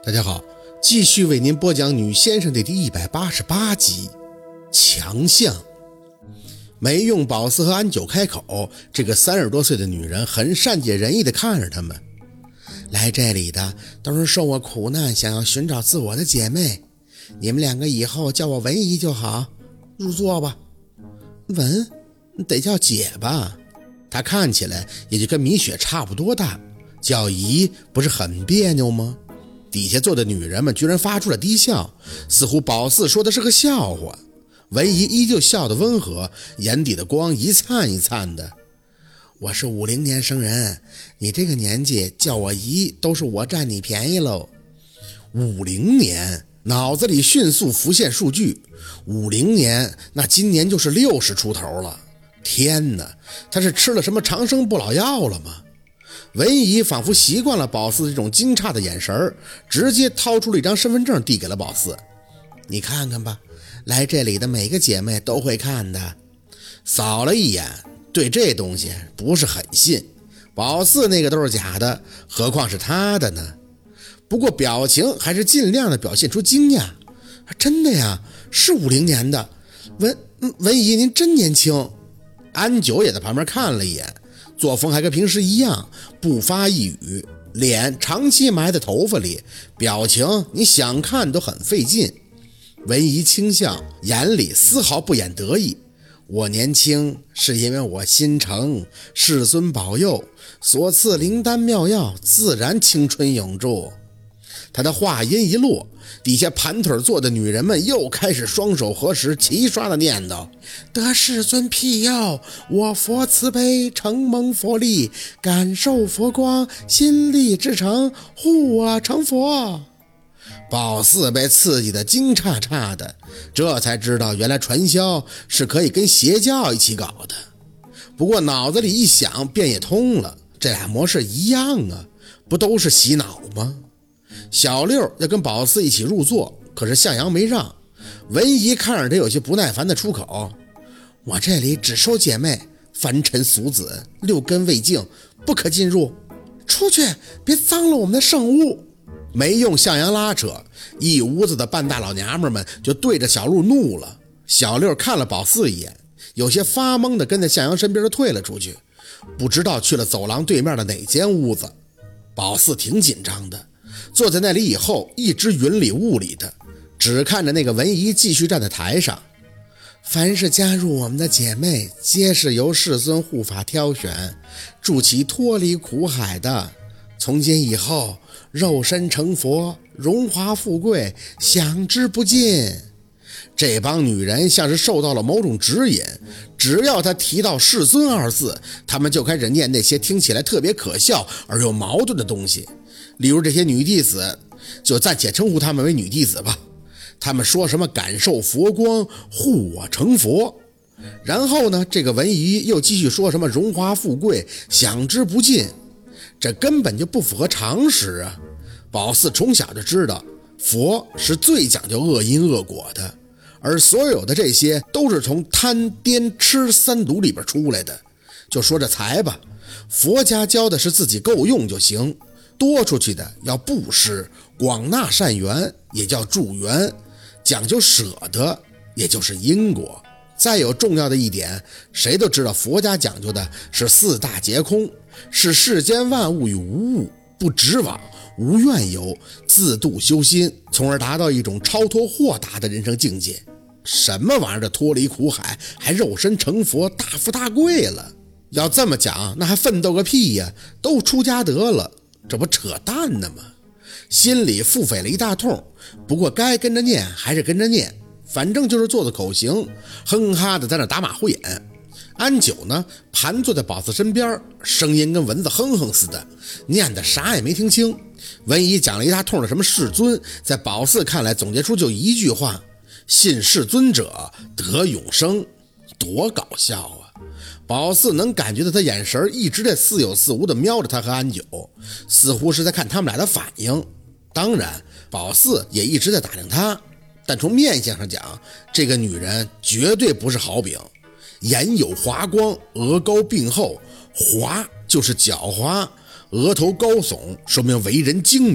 大家好，继续为您播讲女先生的第188集强项。没用宝四和安九开口，这个30多岁的女人很善解人意地看着他们。来这里的都是受过苦难想要寻找自我的姐妹，你们两个以后叫我文姨就好，入座吧。文得叫姐吧，她看起来也就跟米雪差不多大，叫姨不是很别扭吗？底下坐的女人们居然发出了低笑，似乎宝四说的是个笑话。文姨依旧笑得温和，眼底的光一灿一灿的。我是50年生人，你这个年纪叫我姨都是我占你便宜喽。50年，脑子里迅速浮现数据，50年，那今年就是60出头了。天哪，他是吃了什么长生不老药了吗？文姨仿佛习惯了宝四这种惊诧的眼神，直接掏出了一张身份证递给了宝四。你看看吧，来这里的每个姐妹都会看的。扫了一眼，对这东西不是很信，宝四那个都是假的，何况是他的呢？不过表情还是尽量的表现出惊讶。真的呀，是50年的。文姨您真年轻。安九也在旁边看了一眼，作风还跟平时一样，不发一语，脸长期埋在头发里，表情你想看都很费劲。文姨轻笑，眼里丝毫不掩得意。我年轻是因为我心诚，世尊保佑，所赐灵丹妙药，自然青春永驻。他的话音一落，底下盘腿坐的女人们又开始双手合十，齐刷的念叨：得世尊庇佑，我佛慈悲，承蒙佛力，感受佛光，心力至诚，护我成佛。宝四被刺激的惊诧诧的，这才知道原来传销是可以跟邪教一起搞的。不过脑子里一想便也通了，这俩模式一样啊，不都是洗脑吗？小六要跟宝四一起入座，可是向阳没让。文姨看着他有些不耐烦的出口：我这里只收姐妹，凡尘俗子，6根未净，不可进入。出去，别脏了我们的圣物。没用向阳拉扯，一屋子的半大老娘们们就对着小六怒了。小六看了宝四一眼，有些发懵的跟在向阳身边就退了出去，不知道去了走廊对面的哪间屋子。宝四挺紧张的，坐在那里以后一直云里雾里的，只看着那个文姨继续站在台上。凡是加入我们的姐妹，皆是由世尊护法挑选，助其脱离苦海的。从今以后，肉身成佛，荣华富贵，享之不尽。这帮女人像是受到了某种指引，只要他提到世尊2字，他们就开始念那些听起来特别可笑而又矛盾的东西。例如这些女弟子，就暂且称呼她们为女弟子吧，她们说什么感受佛光，护我成佛。然后呢，这个文姨又继续说什么荣华富贵，享之不尽。这根本就不符合常识啊！宝四从小就知道佛是最讲究恶因恶果的，而所有的这些都是从贪颠痴3毒里边出来的。就说这财吧，佛家教的是自己够用就行，多出去的要布施，广纳善缘也叫助缘，讲究舍得也就是因果。再有重要的一点，谁都知道佛家讲究的是4大皆空，是世间万物与无物，不执往，无怨尤，自度修心，从而达到一种超脱豁达的人生境界。什么玩意儿的脱离苦海，还肉身成佛，大富大贵了？要这么讲，那还奋斗个屁呀，都出家得了，这不扯淡呢吗？心里腹诽了一大通，不过该跟着念还是跟着念，反正就是做的口型，哼哈的在那打马虎眼。安九呢，盘坐在宝四身边，声音跟蚊子哼哼似的，念的啥也没听清。文姨讲了一大通的什么世尊，在宝四看来总结出就一句话：信世尊者得永生。多搞笑啊！宝四能感觉到他眼神一直在似有似无的瞄着他和安九，似乎是在看他们俩的反应。当然宝四也一直在打量他，但从面相上讲，这个女人绝对不是好饼。眼有华光，额高鬓厚，华就是狡猾，额头高耸，说明为人精明，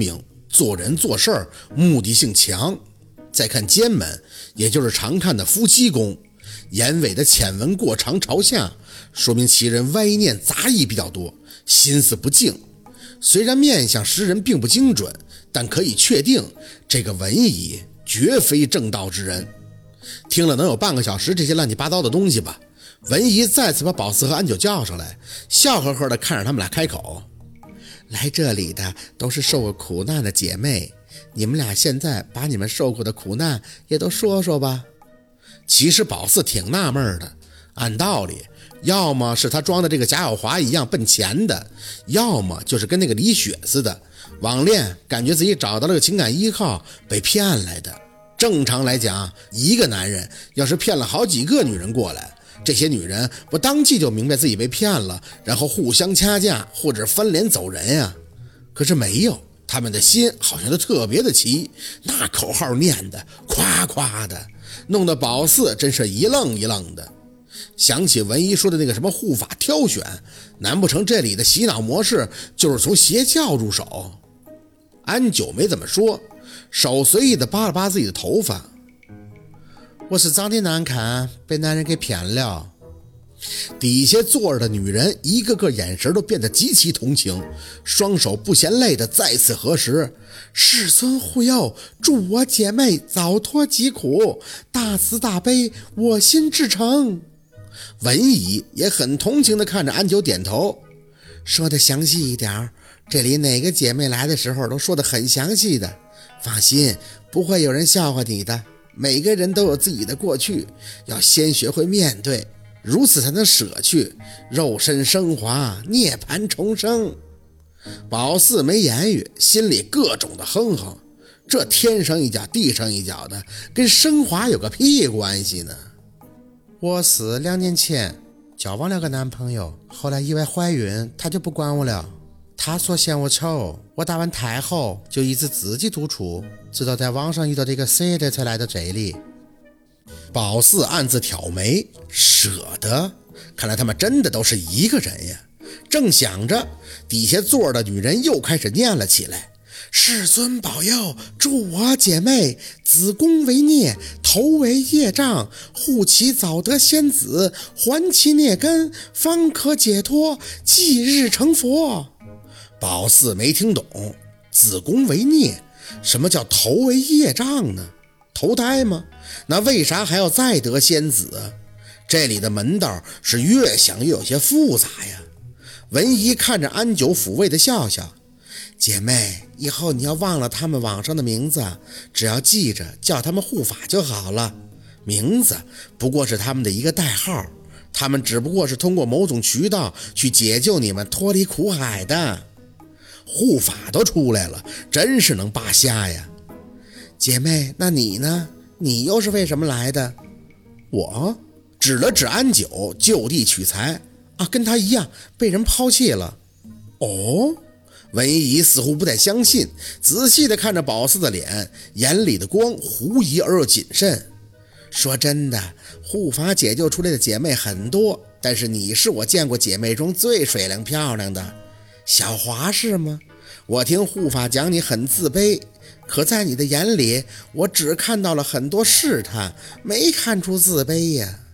做人做事儿目的性强。再看肩门，也就是常看的夫妻宫，眼尾的浅纹过长朝下，说明其人歪念杂意比较多，心思不静。虽然面相识人并不精准，但可以确定这个文姨绝非正道之人。听了能有半个小时这些乱七八糟的东西吧，文姨再次把宝四和安九叫上来，笑呵呵地看着他们俩开口：来这里的都是受过苦难的姐妹，你们俩现在把你们受过的苦难也都说说吧。其实宝四挺纳闷的，按道理要么是他装的这个贾小华一样奔钱的，要么就是跟那个李雪似的，网恋感觉自己找到了个情感依靠，被骗来的。正常来讲，一个男人要是骗了好几个女人过来，这些女人不当即就明白自己被骗了，然后互相掐架或者翻脸走人呀。可是没有，他们的心好像都特别的齐，那口号念的夸夸的，弄得宝四真是一愣一愣的。想起文姨说的那个什么护法挑选，难不成这里的洗脑模式就是从邪教入手？安九没怎么说，手随意的扒了扒自己的头发。我是长得难看，被男人给骗了。底下坐着的女人一个个眼神都变得极其同情，双手不嫌累的再次核实：世尊护佑，祝我姐妹早脱疾苦，大慈大悲，我心至诚。文姨也很同情的看着安九点头，说的详细一点，这里哪个姐妹来的时候都说的很详细的，放心，不会有人笑话你的，每个人都有自己的过去，要先学会面对，如此才能舍去肉身升华，涅槃重生。宝四没言语，心里各种的哼哼，这天上一脚地上一脚的，跟升华有个屁关系呢？我是2年前交往了个男朋友，后来意外怀孕，他就不管我了。他说嫌我丑，我打完胎后就一直自己独处，直到在网上遇到这个舍得才来到这里。宝四暗自挑眉，舍得，看来他们真的都是一个人呀。正想着，底下坐的女人又开始念了起来：世尊保佑，祝我姐妹子宫为孽，头为业障，护其早得仙子，还其孽根，方可解脱，即日成佛。宝四没听懂，子宫为孽，什么叫头为业障呢？投胎吗？那为啥还要再得仙子？这里的门道是越想越有些复杂呀。文姨看着安九抚慰的笑笑：姐妹，以后你要忘了他们网上的名字，只要记着叫他们护法就好了。名字不过是他们的一个代号，他们只不过是通过某种渠道去解救你们脱离苦海的。护法都出来了，真是能扒瞎呀。姐妹，那你呢？你又是为什么来的？我指了指安九，就地取材啊，跟他一样被人抛弃了。哦，文姨似乎不太相信，仔细地看着宝四的脸，眼里的光狐疑而又谨慎。说真的，护法解救出来的姐妹很多，但是你是我见过姐妹中最水灵漂亮的。小华是吗？我听护法讲你很自卑，可在你的眼里，我只看到了很多试探，没看出自卑呀。